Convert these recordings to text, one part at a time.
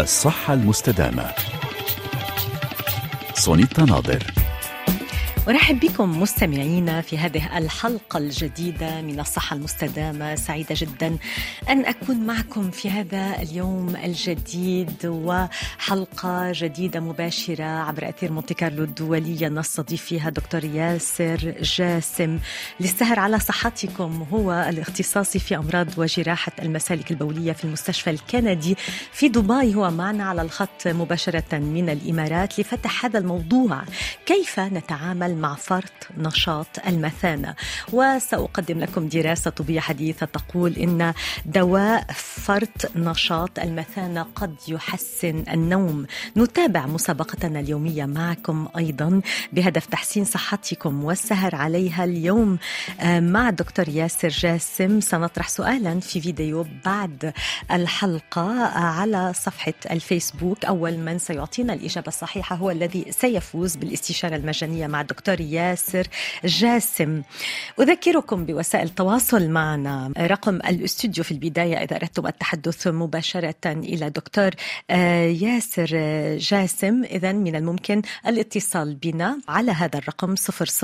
الصحة المستدامة. سونيتا ناظر. أرحب بكم مستمعينا في هذه الحلقة الجديدة من الصحة المستدامة. سعيدة جدا أن أكون معكم في هذا اليوم الجديد وحلقة جديدة مباشرة عبر أثير مونتي كارلو الدولية. نستضيف فيها دكتور ياسر جاسم للسهر على صحتكم. هو الاختصاصي في أمراض وجراحة المسالك البولية في المستشفى الكندي في دبي. هو معنا على الخط مباشرة من الإمارات لفتح هذا الموضوع: كيف نتعامل مع فرط نشاط المثانة. وسأقدم لكم دراسة طبية حديثة تقول إن دواء فرط نشاط المثانة قد يحسن النوم. نتابع مسابقتنا اليومية معكم أيضا بهدف تحسين صحتكم والسهر عليها. اليوم مع دكتور ياسر جاسم سنطرح سؤالا في فيديو بعد الحلقة على صفحة الفيسبوك. أول من سيعطينا الإجابة الصحيحة هو الذي سيفوز بالاستشارة المجانية مع دكتور ياسر جاسم. أذكركم بوسائل التواصل معنا. رقم الاستوديو في البداية إذا أردتم التحدث مباشرة إلى دكتور ياسر جاسم، إذن من الممكن الاتصال بنا على هذا الرقم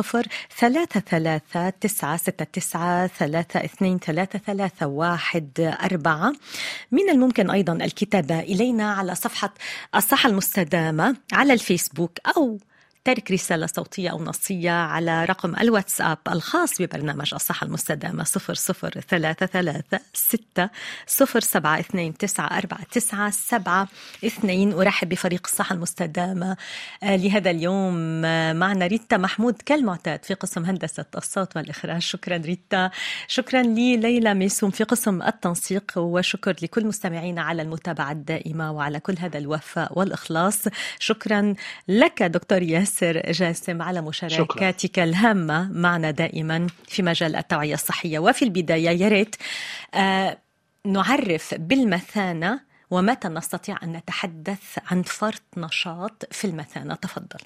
003369632314. من الممكن أيضا الكتابة إلينا على صفحة الصحة المستدامة على الفيسبوك، أو ترك رسالة صوتية أو نصية على رقم الواتساب الخاص ببرنامج الصحة المستدامة 003360729497. أرحب بفريق الصحة المستدامة لهذا اليوم. معنا ريتا محمود كالمعتاد في قسم هندسة الصوت والإخراج. شكرا ريتا. شكرا ليلى ميسوم في قسم التنسيق، وشكر لكل مستمعينا على المتابعة الدائمة وعلى كل هذا الوفاء والإخلاص. شكرا لك دكتور ياسر جاسم على مشاركاتك الهامة معنا دائما في مجال التوعية الصحية. وفي البداية يا ريت نعرف بالمثانة ومتى نستطيع أن نتحدث عن فرط نشاط في المثانة. تفضل.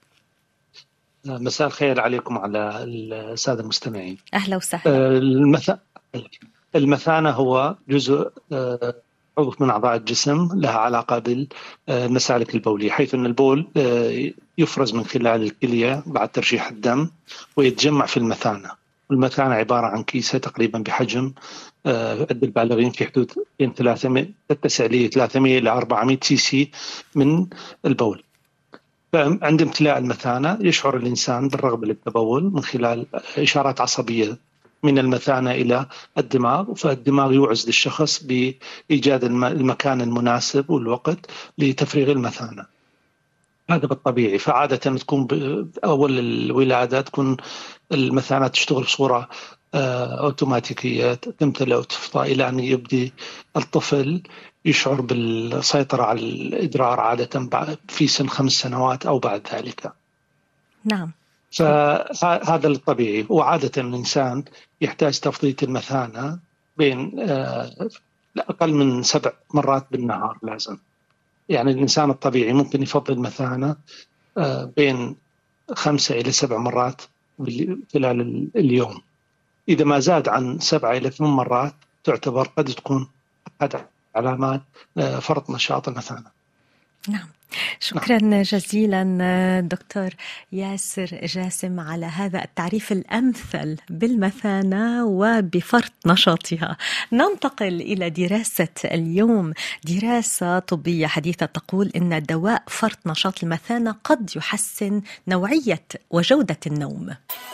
مساء الخير عليكم على السادة المستمعين. أهلا وسهلا. المثانة هو جزء عضو من أعضاء الجسم لها علاقة بالمسالك البولية، حيث أن البول يفرز من خلال الكلية بعد ترشيح الدم ويتجمع في المثانة. المثانة عبارة عن كيسة تقريبا بحجم عند البالغين في حدود بين 300 إلى 400 سي سي من البول. فعند امتلاء المثانة يشعر الإنسان بالرغبة للتبول من خلال إشارات عصبية من المثانة إلى الدماغ، فالدماغ يوعز للشخص بإيجاد المكان المناسب والوقت لتفريغ المثانة. هذا بالطبيعي. فعادة تكون أول الولادة تكون المثانة تشتغل بصورة أوتوماتيكية، تمتلئ وتفضى إلى أن يبدي الطفل يشعر بالسيطرة على الإدرار عادة في سن 5 سنوات أو بعد ذلك. نعم. فهذا الطبيعي. وعادة الإنسان يحتاج تفضية المثانة بين أقل من 7 مرات بالنهار لازم. يعني الإنسان الطبيعي ممكن يفضي المثانة بين 5 إلى 7 مرات خلال اليوم. إذا ما زاد عن 7 إلى 8 مرات تعتبر قد تكون أحد علامات فرط نشاط المثانة. نعم. شكرا جزيلا دكتور ياسر جاسم على هذا التعريف الأمثل بالمثانة وبفرط نشاطها. ننتقل إلى دراسة اليوم. دراسة طبية حديثة تقول إن دواء فرط نشاط المثانة قد يحسن نوعية وجودة النوم.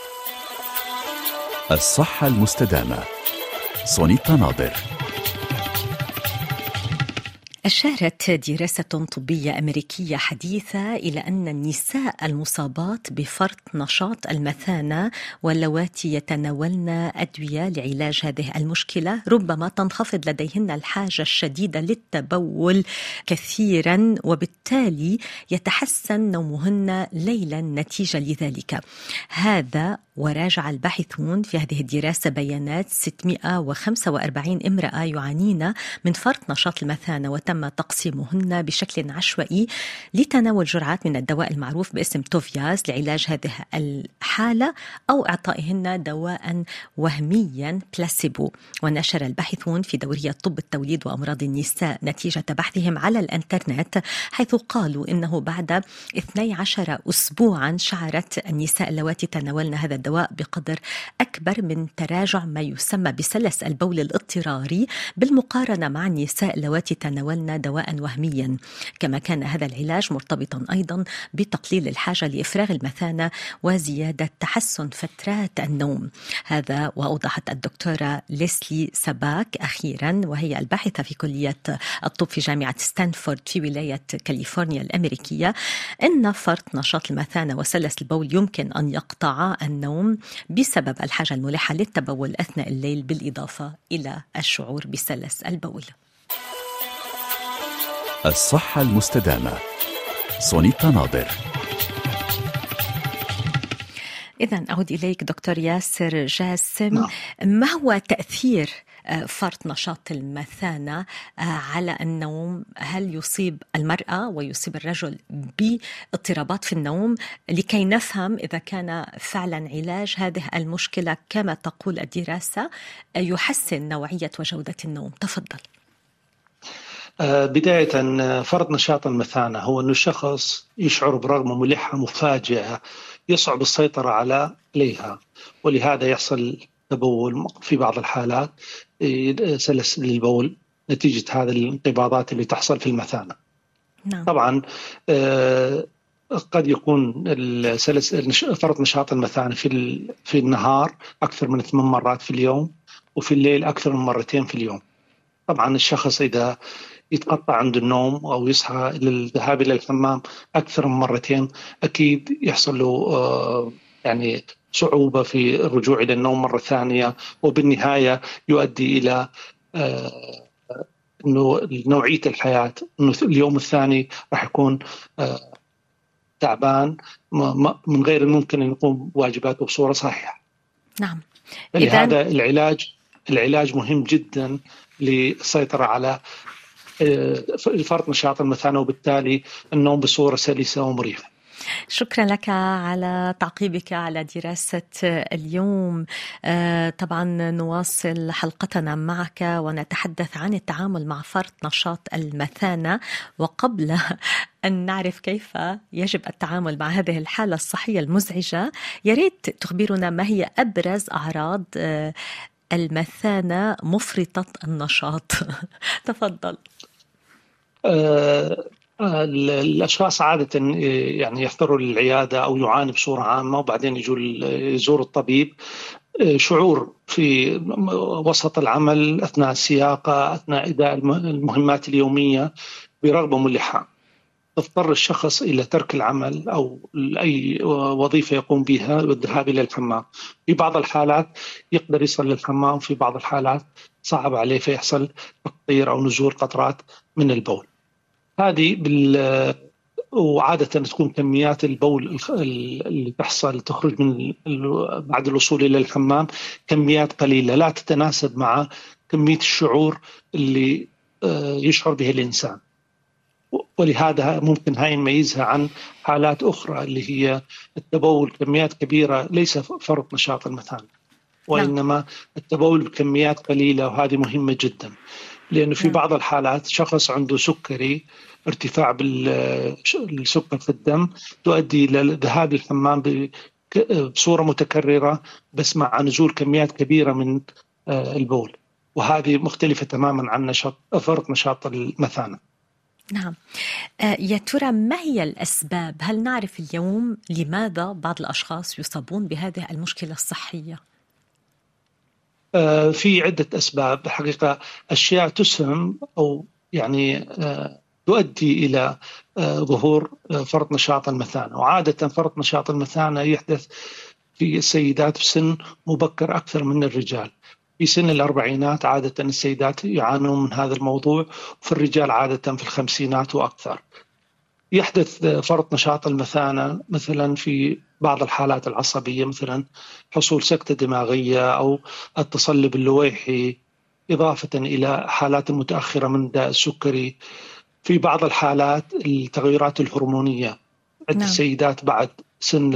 الصحة المستدامة. سونيتا ناظر. أشارت دراسة طبية أمريكية حديثة إلى أن النساء المصابات بفرط نشاط المثانة واللواتي يتناولن أدوية لعلاج هذه المشكلة ربما تنخفض لديهن الحاجة الشديدة للتبول كثيرا، وبالتالي يتحسن نومهن ليلا نتيجة لذلك. هذا وراجع الباحثون في هذه الدراسة بيانات 645 امرأة يعانين من فرط نشاط المثانة، وتم تقسيمهن بشكل عشوائي لتناول جرعات من الدواء المعروف باسم توفياس لعلاج هذه الحالة أو إعطائهن دواء وهميا بلاسيبو. ونشر الباحثون في دورية طب التوليد وأمراض النساء نتيجة بحثهم على الإنترنت، حيث قالوا إنه بعد 12 أسبوعا شعرت النساء اللواتي تناولن هذا الدواء بقدر أكبر من تراجع ما يسمى بسلس البول الاضطراري بالمقارنة مع النساء اللواتي تناولن دواء وهميا. كما كان هذا العلاج مرتبطا أيضا بتقليل الحاجة لإفراغ المثانة وزيادة تحسن فترات النوم. هذا وأوضحت الدكتورة ليسلي سباك أخيرا، وهي الباحثة في كلية الطب في جامعة ستانفورد في ولاية كاليفورنيا الأمريكية، أن فرط نشاط المثانة وسلس البول يمكن أن يقطع النوم بسبب الحاجة الملحة للتبول أثناء الليل، بالإضافة إلى الشعور بسلس البول. الصحة المستدامة. سونيتا ناظر. إذن أعود إليك دكتور ياسر جاسم. ما هو تأثير فرط نشاط المثانة على النوم؟ هل يصيب المرأة ويصيب الرجل باضطرابات في النوم، لكي نفهم إذا كان فعلا علاج هذه المشكلة كما تقول الدراسة يحسن نوعية وجودة النوم؟ تفضل. بداية، فرط نشاط المثانة هو أن الشخص يشعر برغبة ملحة مفاجئة يصعب السيطرة عليها، ولهذا يحصل تبول في بعض الحالات، سلس للبول نتيجة هذه الانقباضات اللي تحصل في المثانة. نعم. طبعا قد يكون فرط نشاط المثانة في النهار أكثر من 8 مرات في اليوم، وفي الليل أكثر من 2 مرات في اليوم. طبعا الشخص إذا يتقطع عند النوم أو يصحى للذهاب إلى الحمام أكثر من 2 مرات، أكيد يحصل له يعني صعوبة في الرجوع إلى النوم مرة ثانية، وبالنهاية يؤدي إلى إنه نوعية الحياة، إنه اليوم الثاني راح يكون تعبان من غير الممكن أن يقوم بواجباته بصورة صحيحة. نعم. لهذا العلاج مهم جدا للسيطرة على فرط نشاط المثانة، وبالتالي النوم بصورة سلسة ومريحة. شكرا لك على تعقيبك على دراسة اليوم. طبعا نواصل حلقتنا معك ونتحدث عن التعامل مع فرط نشاط المثانة، وقبل أن نعرف كيف يجب التعامل مع هذه الحالة الصحية المزعجة، يريد تخبرنا ما هي أبرز أعراض المثانة مفرطة النشاط. تفضل. الأشخاص عادة يعني يحضروا للعيادة أو يعاني بصورة عامة، وبعدين يزور الطبيب. شعور في وسط العمل، أثناء السياقة، أثناء أداء المهمات اليومية برغبة ملحة، تضطر الشخص إلى ترك العمل أو أي وظيفة يقوم بها والذهاب إلى الحمام. في بعض الحالات يقدر يصل للحمام، في بعض الحالات صعب عليه فيحصل تقطير أو نزول قطرات من البول. هذه وعادة تكون كميات البول اللي تخرج من بعد الوصول إلى الحمام كميات قليلة، لا تتناسب مع كمية الشعور اللي يشعر به الإنسان. ولهذا ممكن هاي نميزها عن حالات أخرى اللي هي التبول كميات كبيرة، ليس فرط نشاط المثانة، وإنما التبول بكميات قليلة. وهذه مهمة جدا، لأنه في بعض الحالات شخص عنده سكري، ارتفاع بالسكر في الدم، تؤدي إلى الذهاب للحمام بصورة متكررة بس مع نزول كميات كبيرة من البول، وهذه مختلفة تماما عن فرط نشاط المثانة. نعم. يا ترى ما هي الأسباب؟ هل نعرف اليوم لماذا بعض الأشخاص يصابون بهذه المشكلة الصحية؟ في عدة أسباب حقيقة، أشياء تسهم أو يعني تؤدي إلى ظهور فرط نشاط المثانة. وعادة فرط نشاط المثانة يحدث في السيدات في سن مبكر أكثر من الرجال. في سن الأربعينات عادة السيدات يعانون من هذا الموضوع، وفي الرجال عادة في الخمسينات وأكثر. يحدث فرط نشاط المثانة مثلا في بعض الحالات العصبية، مثلا حصول سكتة دماغية أو التصلب اللويحي، إضافة إلى حالات متأخرة من داء السكري. في بعض الحالات التغيرات الهرمونية عند السيدات بعد سن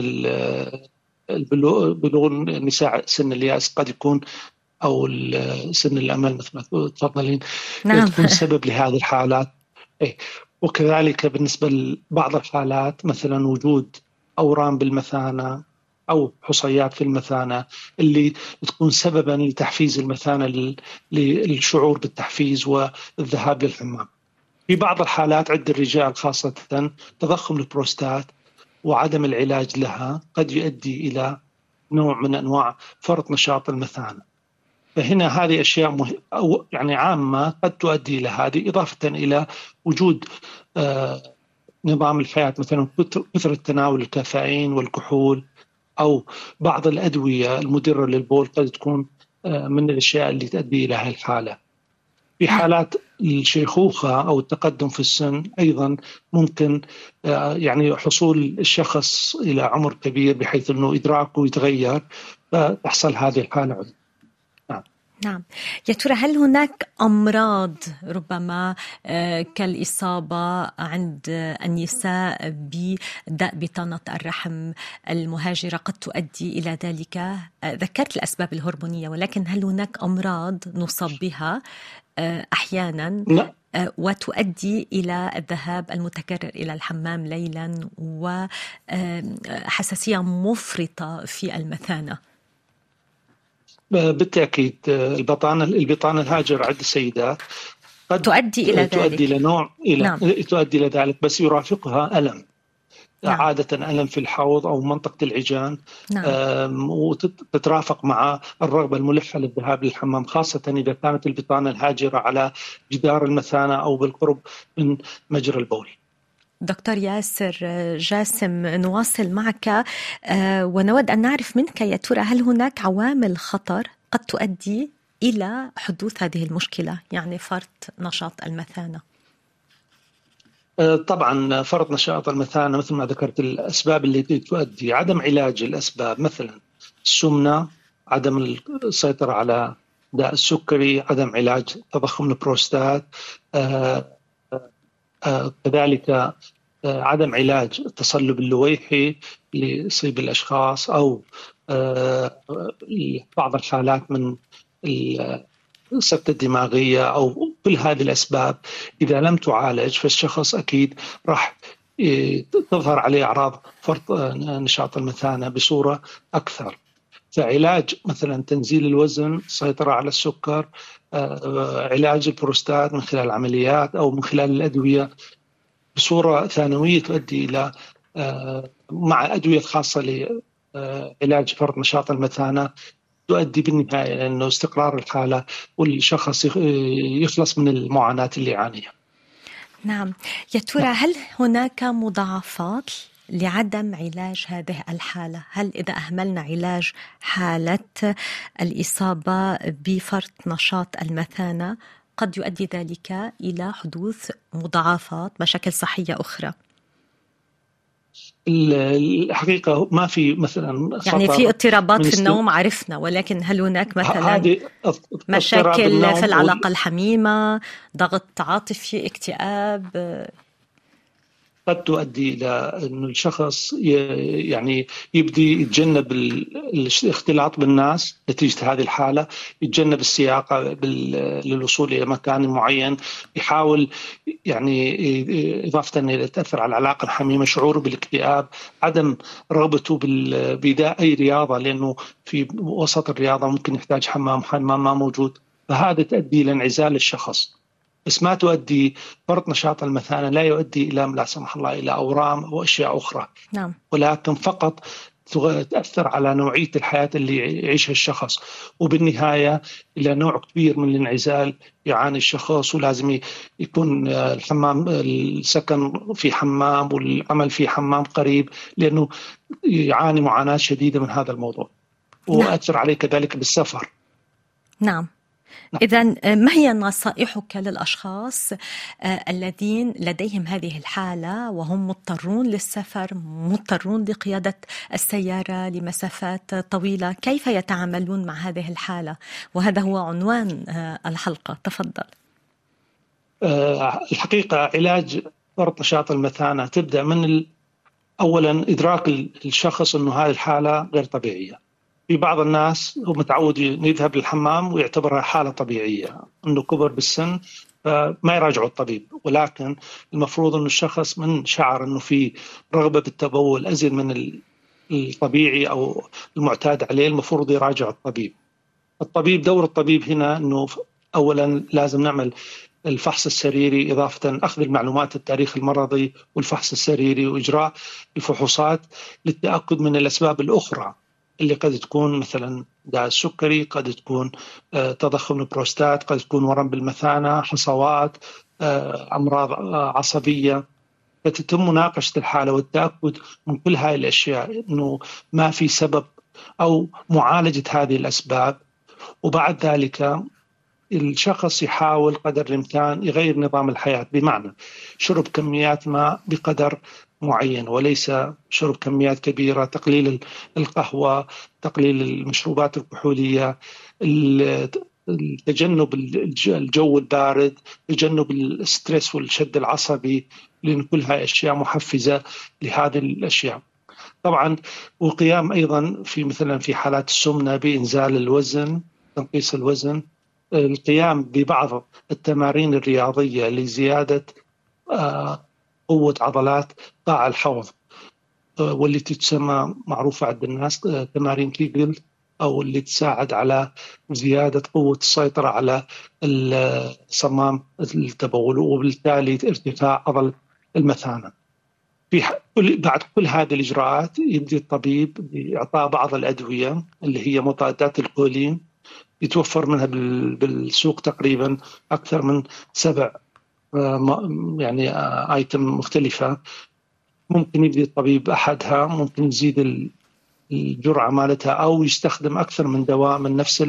بلوغ النساء، سن الياس قد يكون، أو سن الأمل مثل ما تفضلين، تكون سبب لهذه الحالات. وكذلك بالنسبة لبعض الحالات مثلا وجود أورام بالمثانة أو حصيات في المثانة اللي تكون سببا لتحفيز المثانة للشعور بالتحفيز والذهاب للحمام. في بعض الحالات عند الرجال خاصة تضخم البروستات وعدم العلاج لها قد يؤدي إلى نوع من أنواع فرط نشاط المثانة. فهنا هذه أشياء أو يعني عامة قد تؤدي إلى هذه، إضافة إلى وجود نظام الحياة، مثلا كثرة تناول الكافيين والكحول أو بعض الأدوية المدرة للبول قد تكون من الأشياء اللي تؤدي إلى هذه الحالة. في حالات الشيخوخة أو التقدم في السن أيضا ممكن يعني حصول الشخص إلى عمر كبير بحيث أنه إدراكه يتغير فتحصل هذه الحالة. نعم. يا ترى هل هناك أمراض ربما كالإصابة عند النساء بداء بطانة الرحم المهاجرة قد تؤدي إلى ذلك؟ ذكرت الأسباب الهرمونية، ولكن هل هناك أمراض نصاب بها أحيانا وتؤدي إلى الذهاب المتكرر إلى الحمام ليلا وحساسية مفرطة في المثانة؟ بالتأكيد البطانة الهاجرة عند السيدات قد تؤدي إلى ذلك، تؤدي إلى ذلك، بس يرافقها ألم. عادة ألم في الحوض أو منطقة العجان. وتترافق مع الرغبة الملحة للذهاب للحمام، خاصة إذا كانت البطانة الهاجرة على جدار المثانة أو بالقرب من مجرى البول. دكتور ياسر جاسم، نواصل معك ونود أن نعرف منك يا ترى هل هناك عوامل خطر قد تؤدي إلى حدوث هذه المشكلة، يعني فرط نشاط المثانة؟ طبعا فرط نشاط المثانة مثل ما ذكرت الأسباب اللي تؤدي عدم علاج الأسباب، مثلا السمنة، عدم السيطرة على داء السكري، عدم علاج تضخم البروستات، كذلك عدم علاج التصلب اللويحي اللي يصيب الأشخاص، أو بعض الحالات من السكتة الدماغية، أو كل هذه الأسباب إذا لم تعالج فالشخص أكيد راح تظهر عليه أعراض فرط نشاط المثانة بصورة أكثر. فعلاج مثلا تنزيل الوزن، السيطرة على السكر، علاج البروستات من خلال العمليات أو من خلال الأدوية بصورة ثانوية تؤدي إلى مع أدوية خاصة لعلاج فرط نشاط المثانة تؤدي بالنهاية إلى أنه استقرار الحالة والشخص يخلص من المعاناة اللي يعانيها. نعم. يا ترى هل هناك مضاعفات لعدم علاج هذه الحالة؟ هل إذا أهملنا علاج حالة الإصابة بفرط نشاط المثانة قد يؤدي ذلك إلى حدوث مضاعفات، مشاكل صحية أخرى؟ الحقيقة ما في مثلا يعني في اضطرابات في النوم عرفنا، ولكن هل هناك مثلا مشاكل في العلاقة الحميمة، ضغط عاطفي، اكتئاب؟ قد تؤدي إلى أن الشخص يعني يبدي يتجنب الاختلاط بالناس نتيجة هذه الحالة، يتجنب السياقة للوصول إلى مكان معين، يحاول يعني إضافة إلى تأثر على العلاقة الحميمة، شعوره بالاكتئاب، عدم رغبته بإداء أي رياضة لأنه في وسط الرياضة ممكن يحتاج حمام ما موجود، فهذا تؤدي إلى انعزال الشخص. بس ما تؤدي فرط نشاط المثانة لا يؤدي إلى لا سمح الله إلى أورام أو أشياء أخرى. نعم. ولكن فقط تأثر على نوعية الحياة اللي يعيشها الشخص، وبالنهاية إلى نوع كبير من الانعزال يعاني الشخص، ولازم يكون الحمام السكن في حمام والعمل في حمام قريب، لأنه يعاني معاناة شديدة من هذا الموضوع. وأثر عليه كذلك بالسفر. نعم. إذا ما هي نصائحك للأشخاص الذين لديهم هذه الحالة وهم مضطرون للسفر، مضطرون لقيادة السيارة لمسافات طويلة؟ كيف يتعاملون مع هذه الحالة؟ وهذا هو عنوان الحلقة. تفضل. الحقيقة علاج فرط نشاط المثانة تبدأ من أولا إدراك الشخص أنه هذه الحالة غير طبيعية. في بعض الناس هو متعود يذهب للحمام ويعتبرها حالة طبيعية، أنه كبر بالسن فما يراجعوا الطبيب، ولكن المفروض أنه الشخص من شعر أنه في رغبة بالتبول أزيد من الطبيعي أو المعتاد عليه المفروض يراجع الطبيب. دور الطبيب هنا أنه أولا لازم نعمل الفحص السريري، إضافة أخذ المعلومات التاريخ المرضي والفحص السريري وإجراء الفحوصات للتأكد من الأسباب الأخرى اللي قد تكون مثلا داء السكري، قد تكون تضخم البروستات، قد تكون ورم بالمثانة، حصوات، أمراض عصبية. فتتم مناقشة الحالة والتأكد من كل هذه الأشياء أنه ما في سبب أو معالجة هذه الأسباب. وبعد ذلك الشخص يحاول قدر الإمكان يغير نظام الحياة، بمعنى شرب كميات ماء بقدر معين وليس شرب كميات كبيرة، تقليل القهوة، تقليل المشروبات الكحولية، تجنب الجو البارد، تجنب الستريس والشد العصبي، لأن كلها أشياء محفزة لهذه الأشياء. طبعا وقيام أيضا في مثلا في حالات السمنة بإنزال الوزن، تنقيص الوزن، القيام ببعض التمارين الرياضية لزيادة قوة عضلات قاع الحوض، والتي تسمى معروفة عند الناس تمارين كيجل، أو اللي تساعد على زيادة قوة السيطرة على صمام التبول وبالتالي ارتفاع عضل المثانة. بعد كل هذه الإجراءات يبدأ الطبيب بإعطاء بعض الأدوية اللي هي مضادات الكولين، يتوفر منها بالسوق تقريبا أكثر من 7 يعني آيتم مختلفة. ممكن يبدأ الطبيب أحدها، ممكن يزيد الجرعة مالتها أو يستخدم أكثر من دواء من نفس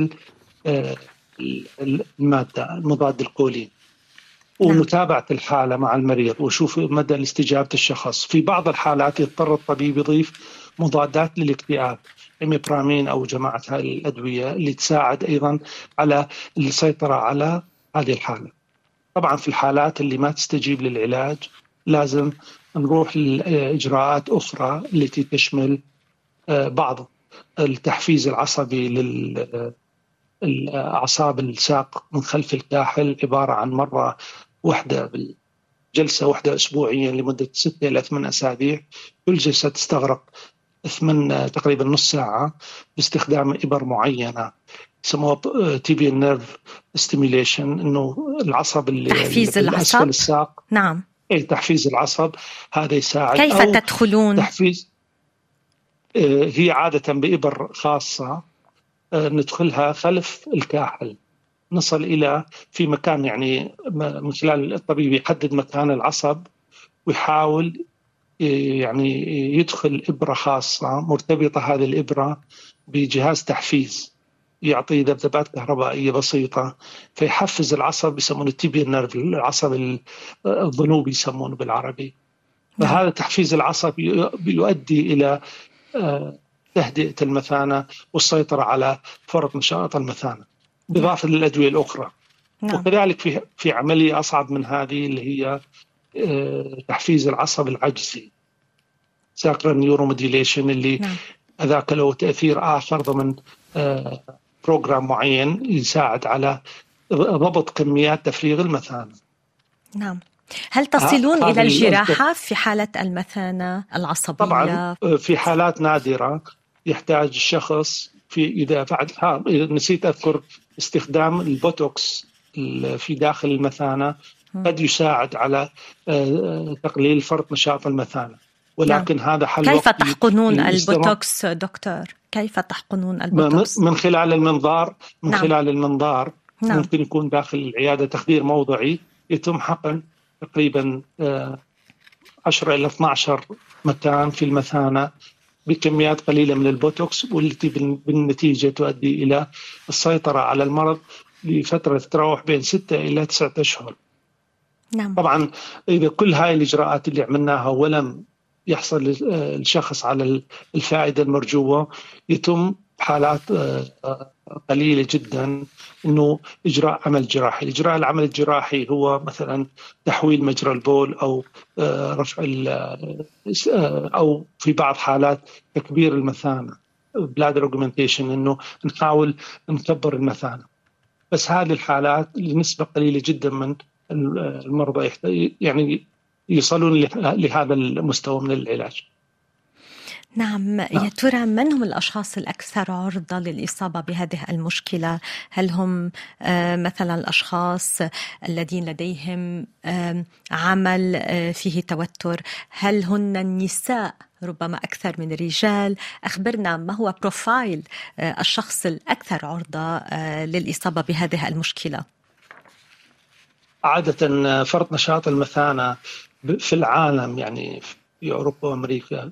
المادة المضاد الكولين. ومتابعة الحالة مع المريض وشوف مدى الاستجابة الشخص. في بعض الحالات يضطر الطبيب يضيف مضادات للاكتئاب، إميبرامين أو جماعة هذه الأدوية اللي تساعد أيضا على السيطرة على هذه الحالة. طبعا في الحالات اللي ما تستجيب للعلاج لازم نروح لإجراءات أخرى التي تشمل بعض التحفيز العصبي للأعصاب الساق من خلف الكاحل، عبارة عن مرة واحدة جلسة واحدة أسبوعيا لمدة 6 إلى 8 أسابيع. كل جلسة تستغرق تقريبا نص ساعة باستخدام إبر معينة يسموها تيبيال نيرف ستيميليشن، إنه العصب اللي تحفيز العصب أسفل الساق. نعم، أي تحفيز العصب هذا يساعد. كيف تدخلون؟ تحفيز هي عادة بإبر خاصة ندخلها خلف الكاحل، نصل إلى في مكان يعني من خلال الطبيب يحدد مكان العصب ويحاول يعني يدخل إبرة خاصة مرتبطة هذه الإبرة بجهاز تحفيز يعطي ذبذبات كهربائية بسيطة فيحفز العصب، يسمونه التيبيال نيرف، العصب الذنوبي يسمونه بالعربي. فهذا تحفيز العصب يؤدي إلى تهدئة المثانة والسيطرة على فرط نشاط المثانة بالإضافة للأدوية الأخرى. وكذلك في عملية أصعب من هذه اللي هي تحفيز العصب العجزي، ساكرال نيوروموديليشن، اللي هذاك له تأثير آخر ضمن بروجرام معين يساعد على ضبط كميات تفريغ المثانة. نعم. هل تصلون إلى الجراحة في حالة المثانة العصبية؟ طبعا في حالات نادرة يحتاج الشخص إذا نسيت أذكر استخدام البوتوكس في داخل المثانة قد يساعد على تقليل فرط نشاط المثانة، ولكن هذا حل كيف تحقنون البوتوكس دكتور؟ كيف تحقنون البوتوكس؟ من خلال المنظار. خلال المنظار. ممكن يكون داخل العيادة تخدير موضعي، يتم حقن تقريبا 10 إلى 12 مكان في المثانة بكميات قليلة من البوتوكس، والتي بالنتيجة تؤدي إلى السيطرة على المرض لفترة تتراوح بين 6 إلى 9 أشهر. نعم. طبعا إذا كل هاي الإجراءات اللي عملناها ولم يحصل الشخص على الفائدة المرجوة، يتم حالات قليلة جدا إنه إجراء عمل جراحي. إجراء العمل الجراحي هو مثلا تحويل مجرى البول أو رفع أو في بعض حالات تكبير المثانة bladder augmentation، إنه نحاول نكبر المثانة. بس هذه الحالات لنسبة قليلة جدا من المرضى يعني يصلون لهذا المستوى من العلاج. نعم. يا ترى من هم الأشخاص الأكثر عرضة للإصابة بهذه المشكلة؟ هل هم مثلا الأشخاص الذين لديهم عمل فيه توتر؟ هل هن النساء ربما أكثر من الرجال؟ أخبرنا ما هو بروفايل الشخص الأكثر عرضة للإصابة بهذه المشكلة؟ عادة فرط نشاط المثانة في العالم، يعني في أوروبا وأمريكا،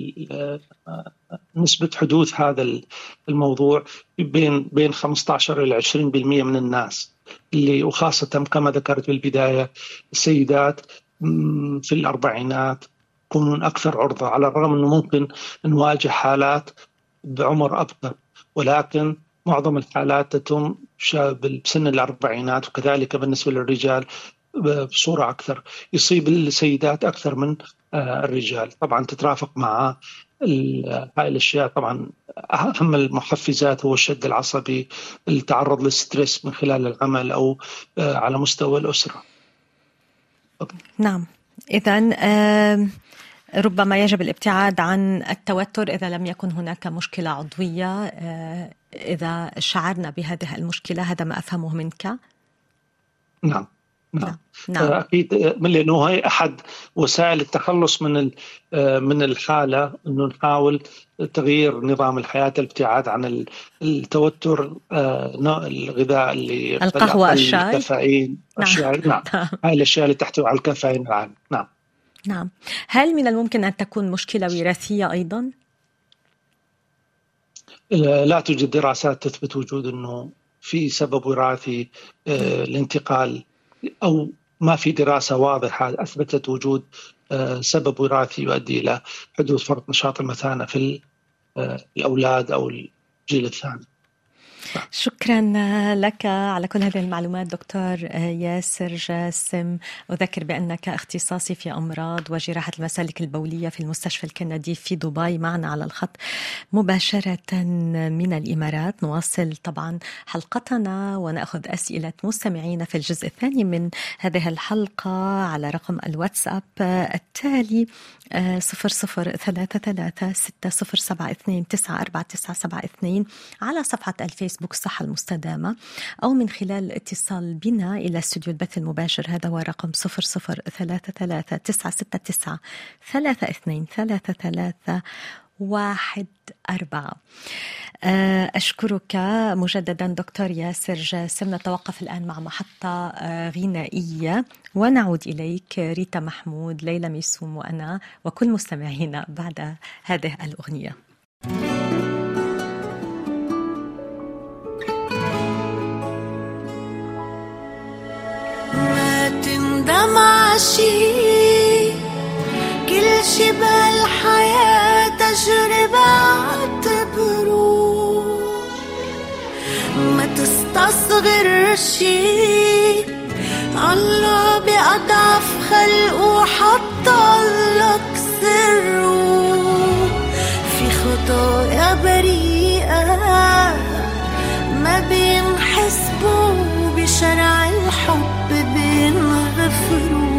نسبة حدوث هذا الموضوع بين 15 إلى 20% من الناس، اللي وخاصة كما ذكرت بالبداية السيدات في الأربعينات يكونون أكثر عرضة، على الرغم أنه ممكن نواجه حالات بعمر أبكر، ولكن معظم الحالات تتم بسن الأربعينات، وكذلك بالنسبة للرجال بصورة أكثر. يصيب السيدات أكثر من الرجال. طبعا تترافق مع هاي الأشياء. طبعا أهم المحفزات هو الشد العصبي، التعرض للستريس من خلال العمل أو على مستوى الأسرة. نعم. إذن ربما يجب الابتعاد عن التوتر إذا لم يكن هناك مشكلة عضوية. إذا شعرنا بهذه المشكلة، هذا ما أفهمه منك. نعم. أكيد، لأنه هي أحد وسائل التخلص من الحالة، إنه نحاول تغيير نظام الحياة، الابتعاد عن التوتر، الغذاء اللي القهوة، الشاي، الكافيين. نعم. هاي الأشياء اللي تحتوي على الكافيين العالي. نعم. هل من الممكن أن تكون مشكلة وراثية أيضا؟ لا توجد دراسات تثبت وجود إنه في سبب وراثي الانتقال، أو ما في دراسة واضحة أثبتت وجود سبب وراثي يؤدي إلى حدوث فرط نشاط المثانة في الأولاد أو الجيل الثاني. شكرا لك على كل هذه المعلومات دكتور ياسر جاسم. أذكر بأنك اختصاصي في أمراض وجراحة المسالك البولية في المستشفى الكندي في دبي. معنا على الخط مباشرة من الإمارات. نواصل طبعا حلقتنا ونأخذ أسئلة مستمعين في الجزء الثاني من هذه الحلقة على رقم الواتساب التالي 00336072949972 على صفحة الفيسبوك الصحة المستدامة، أو من خلال الاتصال بنا إلى استوديو البث المباشر. هذا هو رقم 003396693314. أشكرك مجددا دكتور ياسر جاسم. نتوقف الآن مع محطة غنائية ونعود إليك ريتا محمود، ليلى ميسوم وأنا وكل مستمعينا بعد هذه الأغنية. ما تندم عشي، كل شي بالحياة تجربة اعتبروه، ما تستصغر شي، الله بأضعف خلقه حطلك سره، في خطايا بريئة ما بينحسبوا بشرع الحب بينغفروا.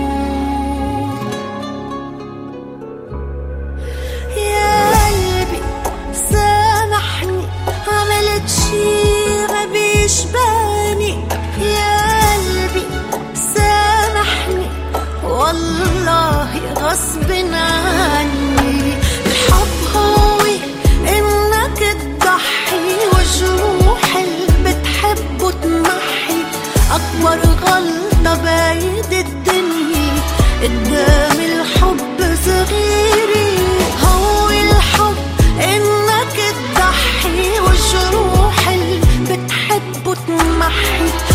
يا قلبي سامحني، عملت شي غبي يشبهني. يا قلبي سامحني، والله غصب عني. الحب هو انك تضحي، وجروح اللي بتحبه تمحي. اكبر غلطة بايد الدنيا قدام الحب صغيري. هو الحب انك تضحي، وجروح اللي بتحبه تمحي.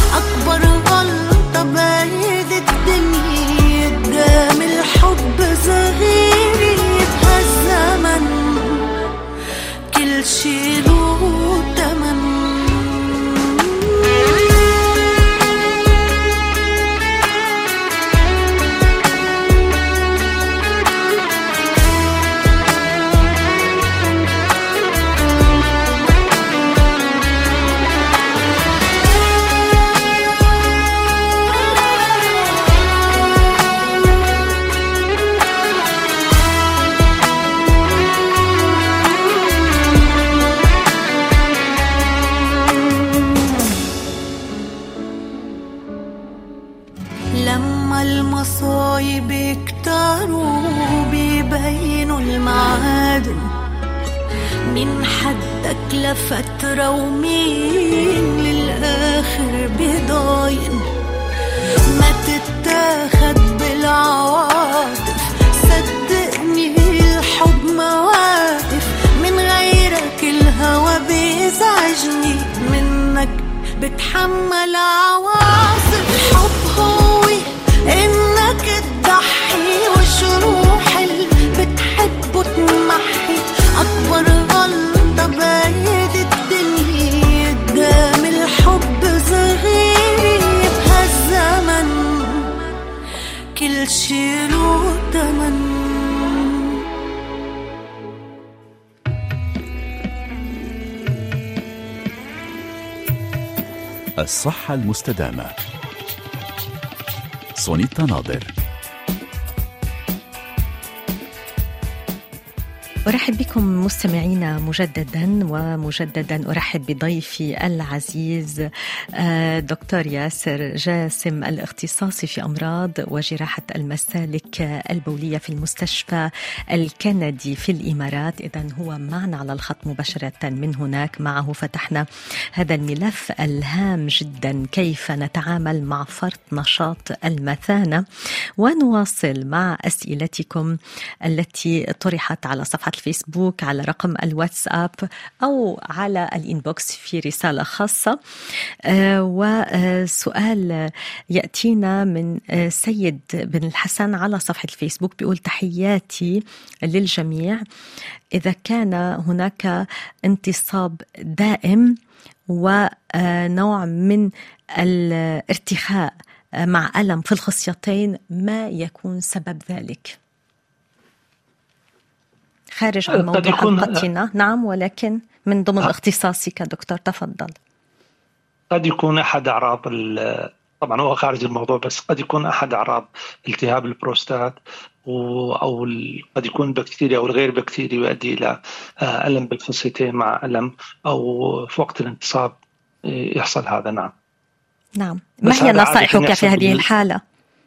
بيختاروا بيبينوا المعادن، مين حدك لفترة ومين للآخر بيضاين. ما تتاخد بالعواطف، صدقني الحب مواقف، من غيرك الهوى بيزعجني، منك بتحمل عواصف. الحب هو إنك تضحي وجروح اللي بتحبه تمحي، أكبر غلطة بايد الدنيا قدام الحب صغير بهالزمن، كل شي له تمن. الصحة المستدامة. سونيتا ناظر. أرحب بكم مستمعينا مجددا أرحب بضيفي العزيز دكتور ياسر جاسم، الاختصاصي في أمراض وجراحة المسالك البولية في المستشفى الكندي في الإمارات. إذن هو معنا على الخط مباشرة من هناك. معه فتحنا هذا الملف الهام جدا، كيف نتعامل مع فرط نشاط المثانة، ونواصل مع أسئلتكم التي طرحت على صفحة الفيسبوك، على رقم الواتساب، أو على الإنبوكس في رسالة خاصة. وسؤال يأتينا من سيد بن الحسن على صفحة الفيسبوك، بيقول: تحياتي للجميع. إذا كان هناك انتصاب دائم ونوع من الارتخاء مع ألم في الخصيتين، ما يكون سبب ذلك؟ خارج عن موضوع حلقتنا، نعم، ولكن من ضمن اختصاصي كدكتور. تفضل. قد يكون أحد أعراض، طبعا هو خارج الموضوع، بس قد يكون أحد أعراض التهاب البروستات، أو قد يكون بكتيريا أو الغير بكتيري يؤدي إلى ألم بالخصيتين مع ألم، أو في وقت الانتصاب يحصل هذا. نعم. ما هي نصائحك في هذه الحالة؟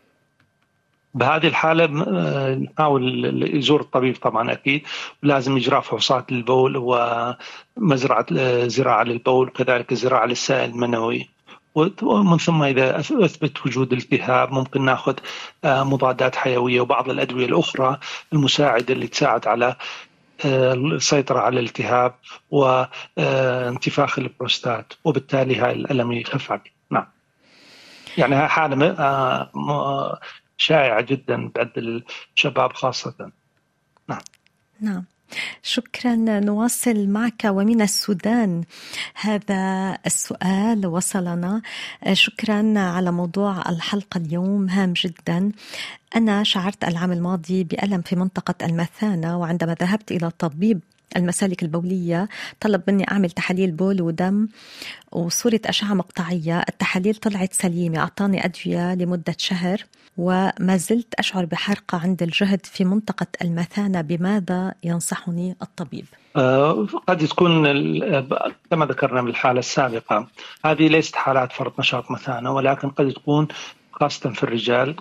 بهذه الحالة نحاول يزور الطبيب طبعا أكيد، ولازم إجراء فحوصات للبول ومزرعة زراعة للبول، وكذلك زراعة للسائل المنوي. ومن ثم إذا أثبت وجود التهاب ممكن نأخذ مضادات حيوية وبعض الأدوية الأخرى المساعدة اللي تساعد على السيطرة على الالتهاب وانتفاخ البروستات، وبالتالي هاي الألم يخف عليه. نعم، يعني هاي حالة شائعة جدا عند الشباب خاصة. نعم. شكرا. نواصل معك. ومن السودان هذا السؤال وصلنا. شكرا على موضوع الحلقة اليوم، هام جدا. أنا شعرت العام الماضي بألم في منطقة المثانة، وعندما ذهبت إلى طبيب المسالك البولية طلب مني أعمل تحاليل بول ودم وصورة أشعة مقطعية. التحاليل طلعت سليمة، أعطاني أدوية لمدة شهر، وما زلت أشعر بحرقة عند الجهد في منطقة المثانة. بماذا ينصحني الطبيب؟ قد تكون كما ذكرنا بالحالة السابقة، هذه ليست حالات فرط نشاط مثانة، ولكن قد تكون خاصة في الرجال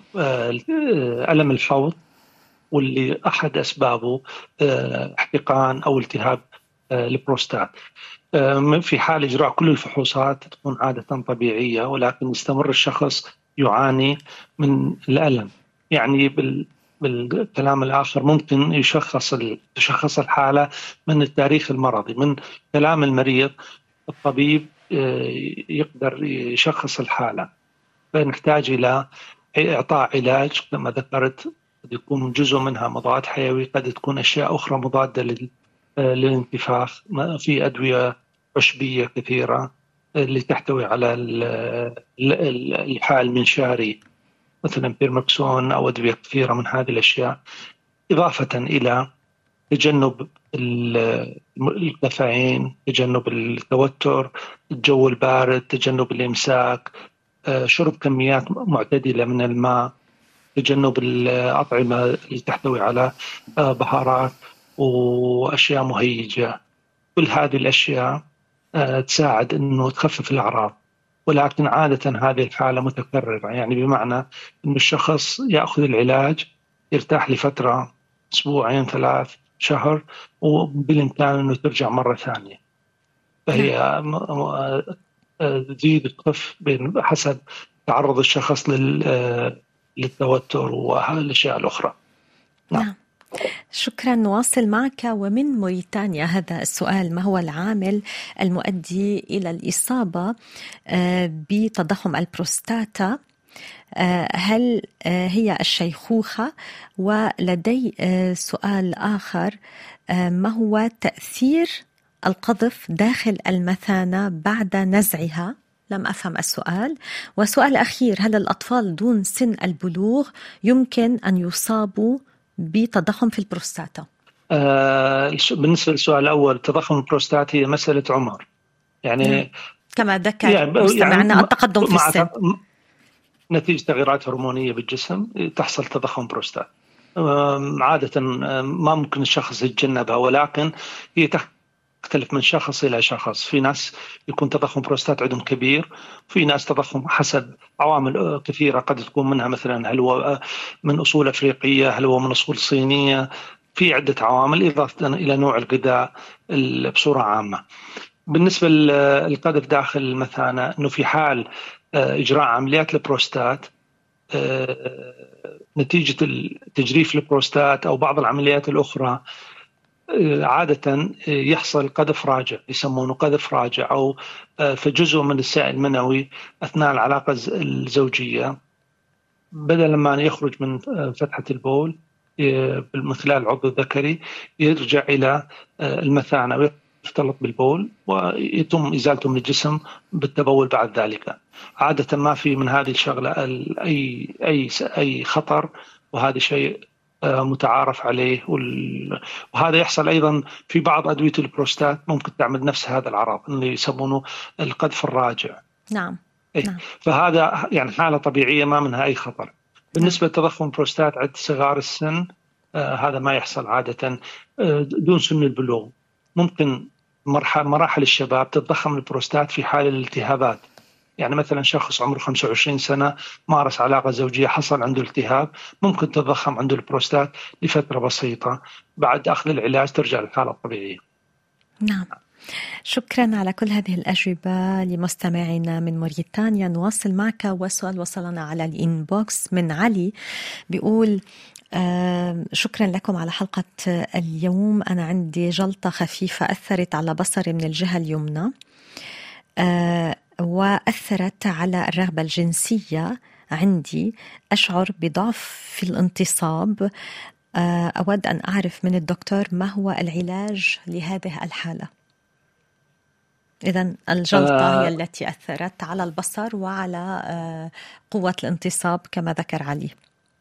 ألم الحوض، واللي أحد أسبابه احتقان أو التهاب البروستات. في حال إجراء كل الفحوصات تكون عادة طبيعية، ولكن يستمر الشخص يعاني من الألم. يعني بالكلام الآخر ممكن تشخص الحالة من التاريخ المرضي، من كلام المريض الطبيب يقدر يشخص الحالة، فنحتاج إلى إعطاء علاج كما ذكرت. قد يكون جزء منها مضاد حيوي، قد تكون أشياء أخرى مضادة للانتفاخ. في أدوية عشبية كثيرة اللي تحتوي على الإيحاء المنشاري، مثلا بيرمكسون أو أدوية كثيرة من هذه الأشياء، إضافة إلى تجنب الكافيين، تجنب التوتر، الجو البارد، تجنب الإمساك، شرب كميات معتدلة من الماء، تجنب الأطعمة اللي تحتوي على بهارات وأشياء مهيجة. كل هذه الأشياء تساعد أنه تخفف الأعراض، ولكن عادة هذه الحالة متكررة، يعني بمعنى أن الشخص يأخذ العلاج يرتاح لفترة أسبوعين 3 شهر، وبالإمكان أنه ترجع مرة ثانية. فهي تزيد وتخف حسب تعرض الشخص للتوتر والأشياء الأخرى. نعم. شكرا. نواصل معك ومن موريتانيا هذا السؤال: ما هو العامل المؤدي إلى الإصابة بتضخم البروستاتا؟ هل هي الشيخوخة؟ ولدي سؤال آخر: ما هو تأثير القذف داخل المثانة بعد نزعها؟ لم أفهم السؤال. وسؤال أخير: هل الأطفال دون سن البلوغ يمكن أن يصابوا بتضخم في البروستاتا؟ بالنسبة للسؤال الأول، تضخم البروستاتا هي مسألة عمر، يعني كما ذكر مستمعنا التقدم في السن نتيجة تغيرات هرمونية بالجسم تحصل تضخم بروستات. عادة ما ممكن الشخص يتجنبها، ولكن هي تختلف من شخص إلى شخص. في ناس يكون تضخم بروستات عندهم كبير، في ناس تضخم حسب عوامل كثيرة، قد تكون منها مثلا هل هو من أصول أفريقية، هل هو من أصول صينية، في عدة عوامل إضافة إلى نوع الغذاء بصورة عامة. بالنسبة للقذف داخل المثانة، أنه في حال إجراء عمليات البروستات نتيجة تجريف البروستات أو بعض العمليات الأخرى، عادة يحصل قذف راجع، يسمونه قذف راجع، أو في جزء من السائل المنوي أثناء العلاقة الزوجية، بدل ما يخرج من فتحة البول من خلال العضو الذكري يرجع إلى المثانة ويختلط بالبول ويتم إزالته من الجسم بالتبول بعد ذلك. عادة ما في من هذه الشغلة أي خطر، وهذا شيء متعارف عليه، وهذا يحصل أيضا في بعض أدوية البروستات، ممكن تعمل نفس هذا العرض اللي يسمونه القذف الراجع. نعم. نعم. فهذا يعني حالة طبيعية ما منها أي خطر. بالنسبة لتضخم البروستات عند صغار السن، هذا ما يحصل عادة دون سن البلوغ. ممكن مراحل الشباب تتضخم البروستات في حال الالتهابات، يعني مثلا شخص عمره 25 سنة مارس علاقة زوجية، حصل عنده التهاب، ممكن تتضخم عنده البروستات لفترة بسيطة، بعد أخذ العلاج ترجع للحالة الطبيعية. نعم. شكرا على كل هذه الأجوبة لمستمعينا من موريتانيا. نواصل معك وسؤال وصلنا على الإنبوكس من علي، بيقول: شكرا لكم على حلقة اليوم. أنا عندي جلطة خفيفة أثرت على بصري من الجهة اليمنى، وأثرت على الرغبة الجنسية عندي. أشعر بضعف في الانتصاب. أود أن أعرف من الدكتور ما هو العلاج لهذه الحالة. إذن الجلطة هي التي أثرت على البصر وعلى قوة الانتصاب كما ذكر علي.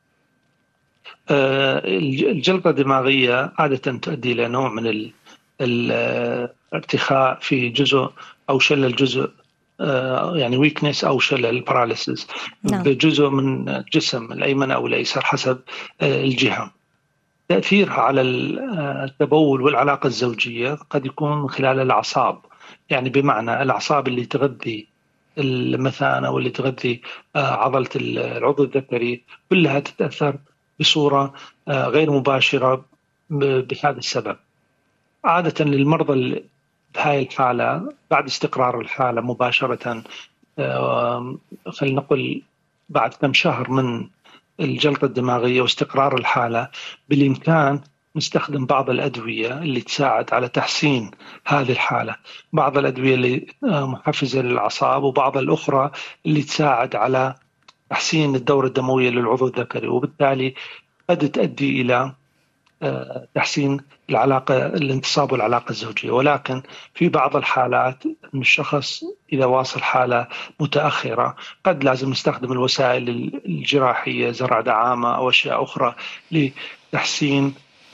الجلطة الدماغية عادة تؤدي إلى نوع من الارتخاء في جزء أو شلل جزء، يعني ويكنس أو شلل باراليسيس بجزء من الجسم الأيمن أو الأيسر حسب الجهة. تأثيرها على التبول والعلاقة الزوجية قد يكون من خلال الأعصاب، يعني بمعنى الأعصاب اللي تغذي المثانة واللي تغذي عضلة العضو الذكري كلها تتأثر بصورة غير مباشرة بهذا السبب. عادة للمرضى بهاي الحالة بعد استقرار الحالة مباشرة، خلينا نقول بعد كم شهر من الجلطة الدماغية واستقرار الحالة، بالإمكان نستخدم بعض الأدوية اللي تساعد على تحسين هذه الحالة، بعض الأدوية اللي محفزة للأعصاب، وبعض الأخرى اللي تساعد على تحسين الدورة الدموية للعضو الذكري، وبالتالي قد تؤدي إلى تحسين العلاقة الانتصاب والعلاقة الزوجية. ولكن في بعض الحالات من الشخص إذا واصل حالة متأخرة قد لازم نستخدم الوسائل الجراحية، زرع دعامة أو أشياء أخرى لتحسين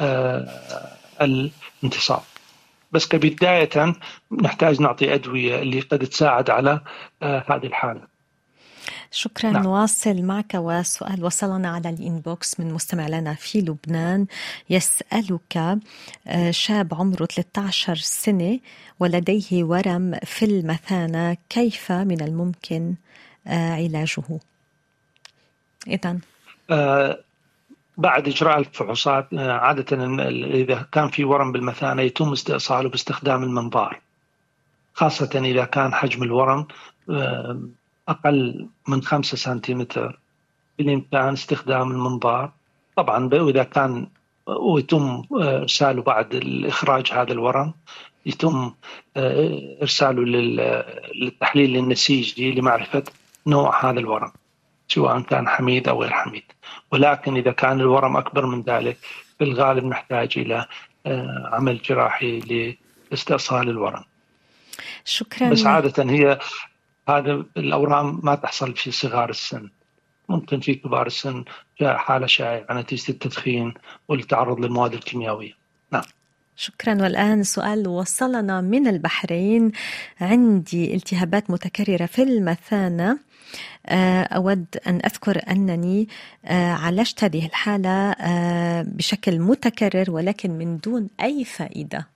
الانتصاب. بس كبداية نحتاج نعطي أدوية اللي قد تساعد على هذه الحالة. شكرا. نعم. نواصل معك وسؤال وصلنا على الإنبوكس من مستمع لنا في لبنان، يسألك: شاب عمره 13 سنة ولديه ورم في المثانة، كيف من الممكن علاجه؟ إذن بعد إجراء الفحوصات عادة إذا كان في ورم بالمثانة يتم استئصاله باستخدام المنظار، خاصة إذا كان حجم الورم أقل من 5 سنتيمتر بالإمكان استخدام المنظار طبعا. وإذا كان ويتم إرساله بعد الإخراج هذا الورم يتم إرساله للتحليل النسيجي لمعرفة نوع هذا الورم سواء كان حميد أو غير حميد. ولكن إذا كان الورم أكبر من ذلك في الغالب نحتاج إلى عمل جراحي لاستئصال الورم. شكرا. بس عادة هي هذا الأورام ما تحصل في صغار السن، ممكن في كبار السن جاء حالة شائعة نتيجة التدخين والتعرض للمواد الكيميائية. نعم. شكرا. والآن سؤال وصلنا من البحرين: عندي التهابات متكررة في المثانة، أود أن أذكر أنني عالجت هذه الحالة بشكل متكرر ولكن من دون أي فائدة.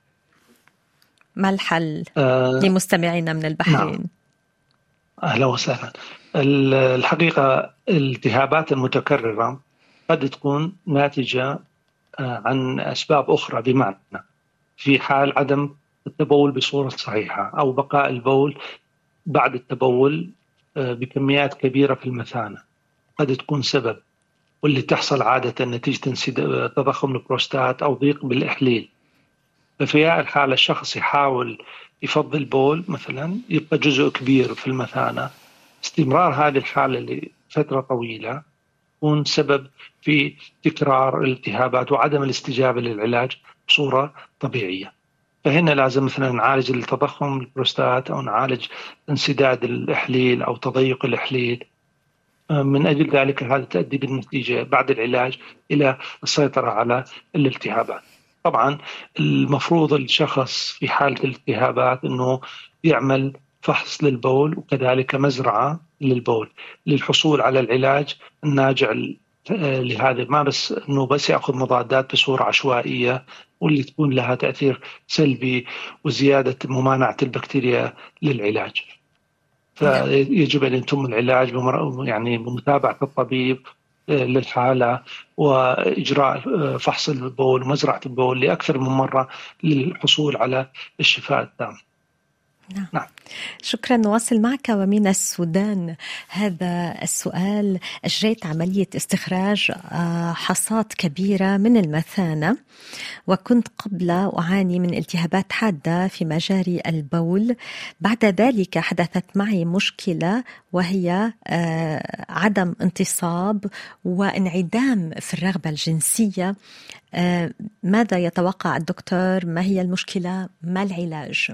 ما الحل لمستمعينا من البحرين؟ نعم. أهلا وسهلا. الحقيقة الالتهابات المتكررة قد تكون ناتجة عن أسباب أخرى، بمعنى في حال عدم التبول بصورة صحيحة أو بقاء البول بعد التبول بكميات كبيرة في المثانة قد تكون سبب، واللي تحصل عادة نتيجة تضخم البروستات أو ضيق بالإحليل. ففي هذه الحالة الشخص يحاول يفضي البول مثلا، يبقى جزء كبير في المثانة. استمرار هذه الحالة لفترة طويلة يكون سبب في تكرار الالتهابات وعدم الاستجابة للعلاج بصورة طبيعية. فهنا لازم مثلا نعالج التضخم البروستات أو نعالج انسداد الإحليل أو تضيق الإحليل. من أجل ذلك هذا تؤدي بالنتيجة بعد العلاج إلى السيطرة على الالتهابات. طبعا المفروض الشخص في حالة الالتهابات أنه يعمل فحص للبول وكذلك مزرعة للبول للحصول على العلاج الناجع لهذا، ما بس أنه بس يأخذ مضادات بصورة عشوائية واللي تكون لها تأثير سلبي وزيادة ممانعة البكتيريا للعلاج. فيجب أن يتم العلاج يعني بمتابعة الطبيب للحالة وإجراء فحص البول ومزرعة البول لأكثر من مرة للحصول على الشفاء التام. نعم. شكرا. نواصل معك. ومن السودان هذا السؤال: أجريت عملية استخراج حصات كبيرة من المثانة وكنت قبل أعاني من التهابات حادة في مجاري البول. بعد ذلك حدثت معي مشكلة وهي عدم انتصاب وانعدام في الرغبة الجنسية. ماذا يتوقع الدكتور؟ ما هي المشكلة؟ ما العلاج؟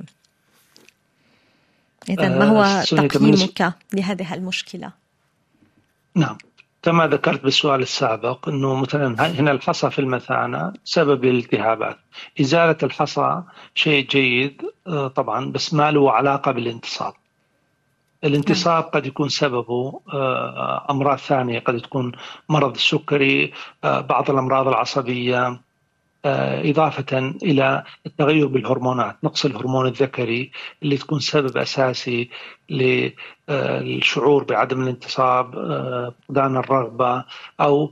إذن ما هو تقييمك لهذه المشكلة؟ نعم، كما ذكرت بالسؤال السابق أنه مثلا هنا الحصى في المثانة سبب الالتهابات. إزالة الحصى شيء جيد طبعا، بس ما له علاقة بالانتصاب. الانتصاب قد يكون سببه أمراض ثانية، قد تكون مرض السكري، بعض الأمراض العصبية، إضافة إلى التغير بالهرمونات، نقص الهرمون الذكري اللي تكون سبب أساسي للشعور بعدم الانتصاب، فقدان الرغبة أو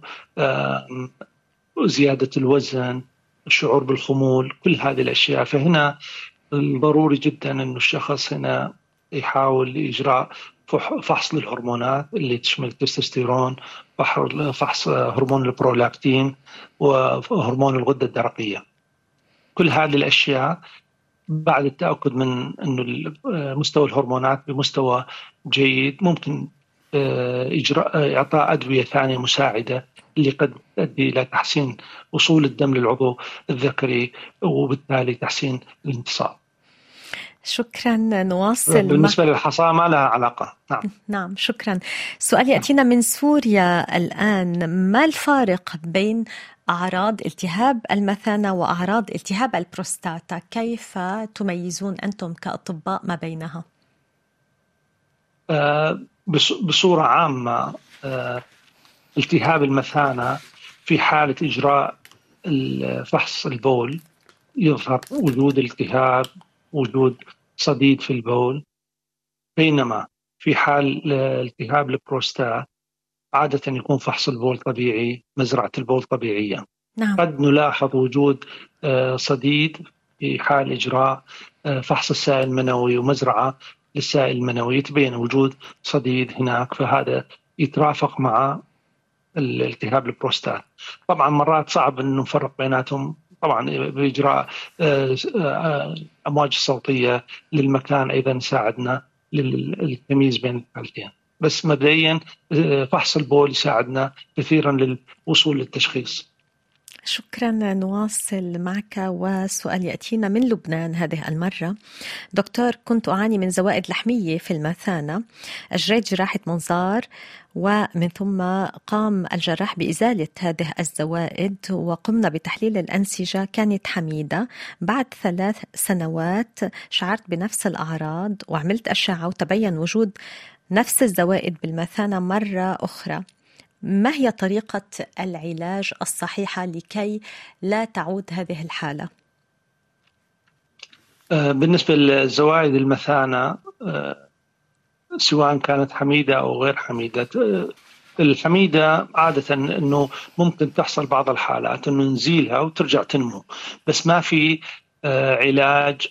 زيادة الوزن، الشعور بالخمول، كل هذه الأشياء. فهنا ضروري جدا أن الشخص هنا يحاول إجراء فحص للهرمونات اللي تشمل التستوستيرون، فحص هرمون البرولاكتين وهرمون الغدة الدرقية. كل هذه الأشياء بعد التأكد من أنه مستوى الهرمونات بمستوى جيد ممكن إعطاء أدوية ثانية مساعدة اللي قد تؤدي إلى تحسين وصول الدم للعضو الذكري وبالتالي تحسين الانتصاب. شكرا. نواصل. بالنسبة للحصى ما لها علاقة. نعم شكرا. سؤال يأتينا من سوريا الآن: ما الفارق بين أعراض التهاب المثانة وأعراض التهاب البروستاتا؟ كيف تميزون أنتم كأطباء ما بينها؟ بصورة عامة التهاب المثانة في حالة إجراء فحص البول يظهر وجود التهاب، وجود صديد في البول، بينما في حال التهاب البروستات عادة يكون فحص البول طبيعي، مزرعة البول طبيعية. نعم. قد نلاحظ وجود صديد في حال إجراء فحص السائل المنوي ومزرعة للسائل المنوي، يتبين وجود صديد هناك، فهذا يترافق مع الالتهاب البروستات. طبعا مرات صعب أن نفرق بيناتهم، طبعا بإجراء أمواج الصوتية للمكان أيضا يساعدنا للتمييز بين الحالتين، بس مبدئيا فحص البول يساعدنا كثيرا للوصول للتشخيص. شكرا. نواصل معك وسؤال يأتينا من لبنان هذه المرة. دكتور، كنت أعاني من زوائد لحمية في المثانة، أجريت جراحة منظار ومن ثم قام الجراح بإزالة هذه الزوائد وقمنا بتحليل الأنسجة، كانت حميدة. بعد 3 سنوات شعرت بنفس الأعراض وعملت أشعة وتبين وجود نفس الزوائد بالمثانة مرة أخرى. ما هي طريقة العلاج الصحيحة لكي لا تعود هذه الحالة؟ بالنسبة للزوائد المثانة سواء كانت حميدة أو غير حميدة، الحميدة عادة أنه ممكن تحصل بعض الحالات أنه نزيلها وترجع تنمو، بس ما في علاج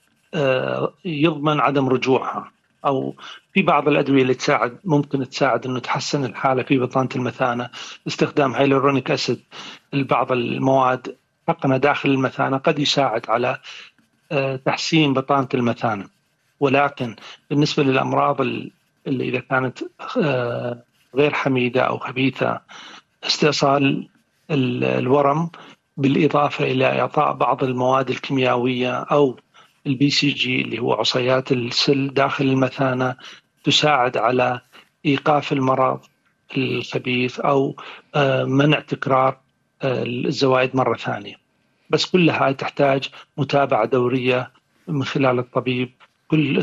يضمن عدم رجوعها، أو في بعض الأدوية اللي ممكن تساعد أنه تحسن الحالة في بطانة المثانة. استخدام هيلورونيك أسيد، بعض المواد حقنة داخل المثانة قد يساعد على تحسين بطانة المثانة. ولكن بالنسبة للأمراض اللي إذا كانت غير حميدة أو خبيثة، استئصال الورم بالإضافة إلى إعطاء بعض المواد الكيميائية أو الBCG اللي هو عصيات السل داخل المثانة تساعد على إيقاف المرض الخبيث أو منع تكرار الزوائد مرة ثانية. بس كلها تحتاج متابعة دورية من خلال الطبيب كل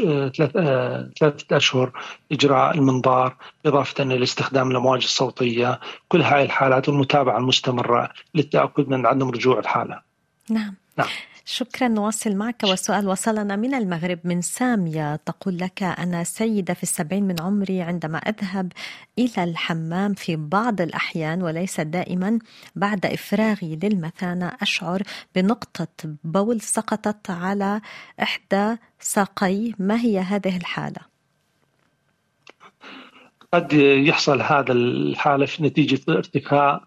3 أشهر، إجراء المنظار إضافة إلى استخدام الأمواج الصوتية. كل هاي الحالات والمتابعة المستمرة للتأكد من عدم رجوع الحالة. نعم. شكرا. نواصل معك وسؤال وصلنا من المغرب من سامية، تقول لك: أنا سيدة في 70 من عمري، عندما أذهب إلى الحمام في بعض الأحيان وليس دائما بعد إفراغي للمثانة أشعر بنقطة بول سقطت على إحدى ساقي، ما هي هذه الحالة؟ قد يحصل هذا الحالة في نتيجة ارتخاء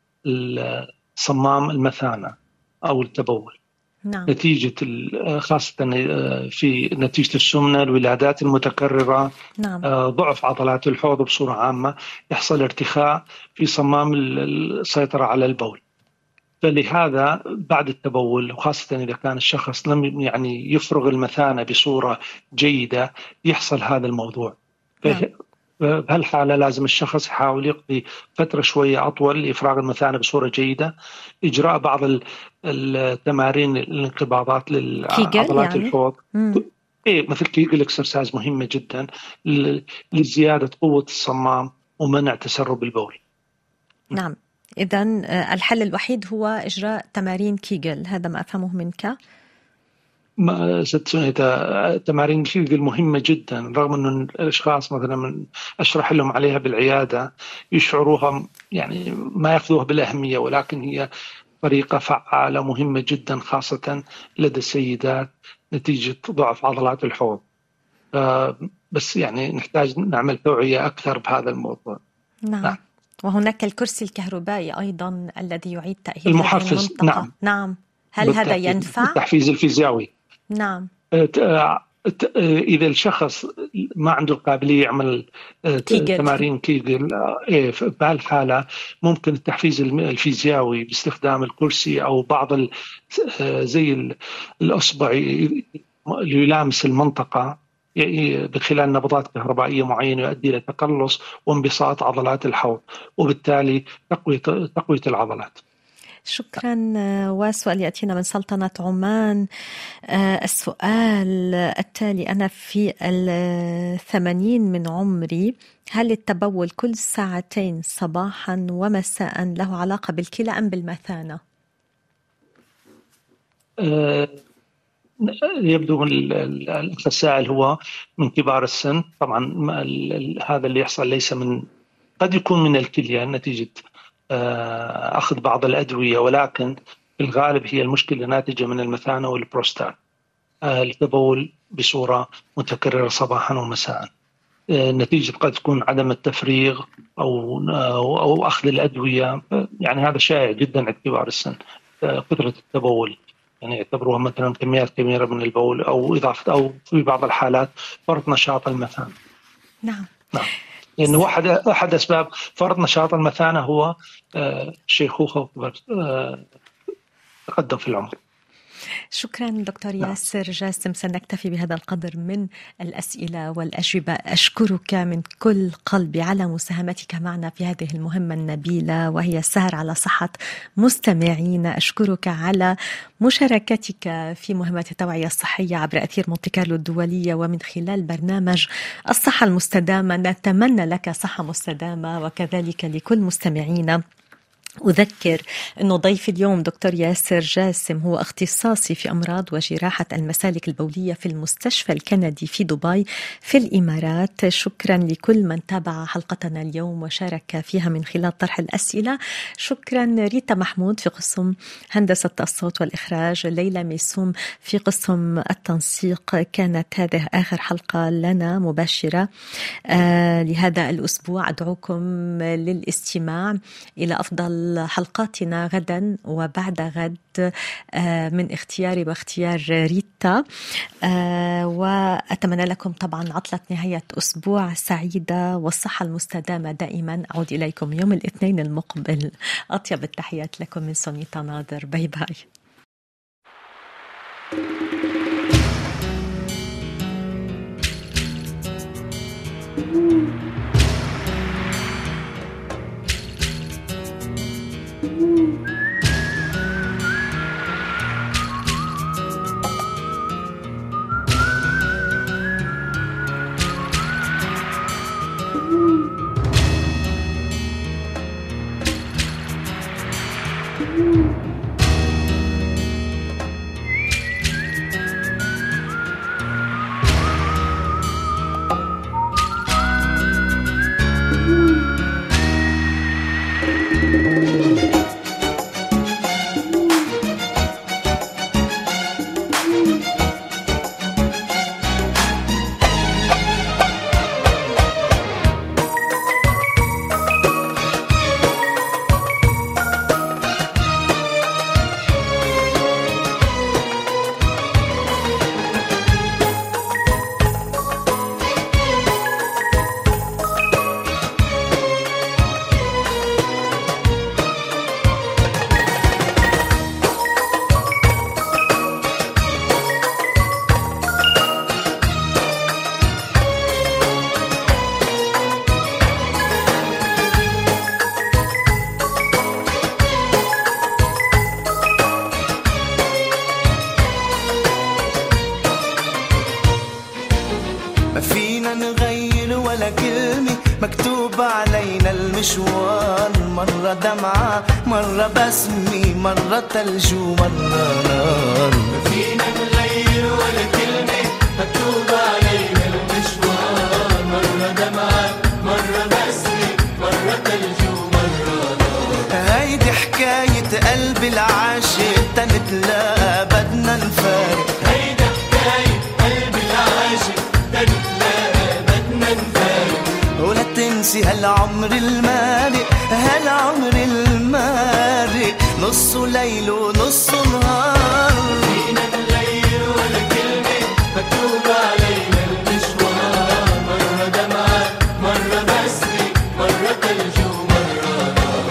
صمام المثانة أو التبول. نعم. نتيجة خاصة في نتيجة السمنة، الولادات المتكررة، نعم. ضعف عضلات الحوض بصورة عامة، يحصل ارتخاء في صمام السيطرة على البول. فلهذا بعد التبول، وخاصة إذا كان الشخص لم يفرغ المثانة بصورة جيدة، يحصل هذا الموضوع. نعم. بهالحالة لازم الشخص يحاول يقضي فترة شوية أطول لإفراغ المثانة بصورة جيدة، إجراء بعض التمارين الانقباضات لعضلات الحوض، مثل كيجل اكسرسايز مهمة جدا لزيادة قوة الصمام ومنع تسرب البول. نعم. إذن الحل الوحيد هو إجراء تمارين كيجل، هذا ما أفهمه منك؟ تمارين كيجل مهمة جدا، رغم أن الأشخاص مثلا من أشرح لهم عليها بالعيادة يشعروها ما يأخذوها بالأهمية، ولكن هي طريقة فعالة مهمة جدا خاصة لدى السيدات نتيجة ضعف عضلات الحوض. بس نحتاج نعمل توعية أكثر بهذا الموضوع. نعم. وهناك الكرسي الكهربائي أيضا الذي يعيد تأهيل المحفز. نعم. هل هذا ينفع؟ التحفيز الفيزيائي. نعم. إذا الشخص ما عنده القابلية يعمل تمارين كيجل، بهالحالة ممكن التحفيز الفيزيائي باستخدام الكرسي أو بعض زي الأصبع اللي يلامس المنطقة بخلال نبضات كهربائية معينة، يؤدي إلى تقلص وانبساط عضلات الحوض، وبالتالي تقوية العضلات. شكرا. وسؤال يأتينا من سلطنة عمان. السؤال التالي: أنا في 80 من عمري، هل التبول كل 2 ساعة صباحا ومساء له علاقة بالكلى أم بالمثانة؟ يبدو الأخ السائل هو من كبار السن. طبعا هذا اللي يحصل ليس من قد يكون من الكلية نتيجة أخذ بعض الأدوية، ولكن في الغالب هي المشكلة ناتجة من المثانة والبروستات، التبول بصورة متكررة صباحا ومساء. نتيجة قد تكون عدم التفريغ أو أخذ الأدوية. يعني هذا شائع جدا عند كبار السن، كثرة التبول، يعني يعتبروها مثلا كميات كبيرة من البول، أو إضافة أو في بعض الحالات فرط نشاط المثانة. نعم. لأنه أحد أسباب فرط نشاط المثانة هو الشيخوخة وتقدم في العمر. شكرا دكتور ياسر جاسم، سنكتفي بهذا القدر من الأسئلة والأجوبة. أشكرك من كل قلبي على مساهمتك معنا في هذه المهمة النبيلة وهي السهر على صحة مستمعينا. أشكرك على مشاركتك في مهمة التوعية الصحية عبر أثير مونتي كارلو الدولية ومن خلال برنامج الصحة المستدامة. نتمنى لك صحة مستدامة وكذلك لكل مستمعينا. أذكر أنه ضيف اليوم دكتور ياسر جاسم هو اختصاصي في أمراض وجراحة المسالك البولية في المستشفى الكندي في دبي في الإمارات. شكرا لكل من تابع حلقتنا اليوم وشارك فيها من خلال طرح الأسئلة. شكرا ريتا محمود في قسم هندسة الصوت والإخراج، ليلى ميسوم في قسم التنسيق. كانت هذه آخر حلقة لنا مباشرة لهذا الأسبوع. أدعوكم للاستماع إلى أفضل حلقاتنا غدا وبعد غد من اختياري واختيار ريتا، وأتمنى لكم طبعا عطلة نهاية أسبوع سعيدة والصحة المستدامة دائما. أعود إليكم يوم الاثنين المقبل. أطيب التحيات لكم من سونيتا ناظر. باي باي. مرة دمعة مرة بسمي مرة تلج ومرة نار. فينا نغير ولا كلمة مكتوبة علينا المشوار. مرة دمعة مرة بسمي مرة تلج ومرة نار. هيدي حكاية قلب العاشق تنتلاقى بدنا نفارق. هيدي حكاية قلب العاشق تنتلاقى بدنا نفارق. ولا تنسي هالعمر المارق هالعمر المارق نصه ليل ونصه نهار. فينا نغير ولا كلمة مكتوبة علينا المشوار. مرة دمعة مرة بسمي مرة تلج ومرة نار.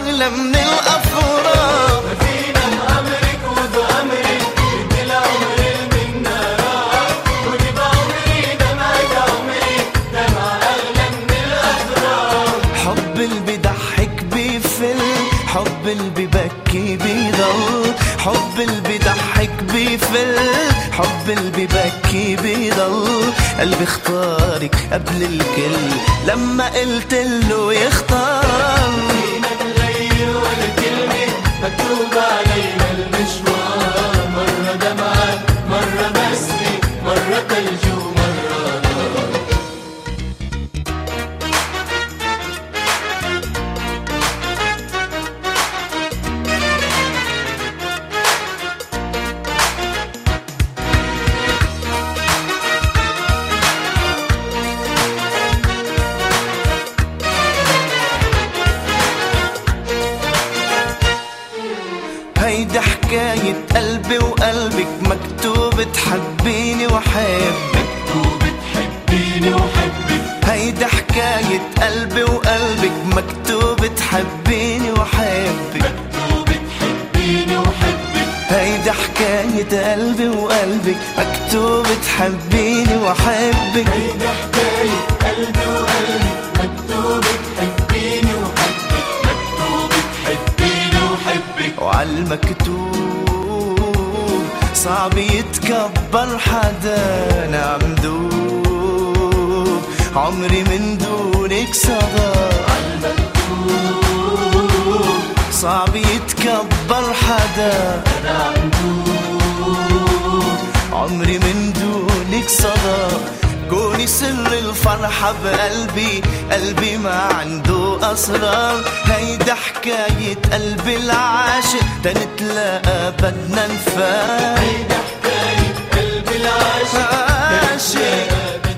أغلى من الأفراح. ما فينا بأمرك وبأمرك ادي العمر منا راح، ودي بعمري دمعة عمري دمعة أغلى من الأفراح. حب اللي بيضحك بيفل، حب اللي بيبكي بيضل، حب اللي بيضحك بيفل، حب اللي بيبكي بيضل. قلبي اختارك قبل الكل لما قلت له يختار. فينا نغير ولا كلمة مكتوب علينا المشوار، مرة دمعة مرة بسمة مرة ثلج ومرة نار. هيدي حكاية قلبي وقلبك، مكتوب تحبيني وحبك، مكتوب تحبيني وحبك. هيدي حكاية قلبي وقلبك، مكتوب تحبيني وحبك، مكتوب تحبيني وحبك. هيدي حكاية قلبي وقلبك، مكتوب تحبيني وحبك. هيدا حكاية قلبي وقلبك، مكتوب تحبيني وحبك، مكتوب تحبيني وحبك. وعالمكتوب صعب يتكبر حدا، نعم دوب عمري من دونك صدى. عالمكتوب صعب يتكبر حدا، نعم دوب عمري من دونك صدى. كوني سر الفرحة بقلبي، قلبي ما عنده أسرار. هيدا حكاية قلبي العاشق، تنتلاقى بدنا نفار. هيدا حكاية قلبي العاشق، عاشق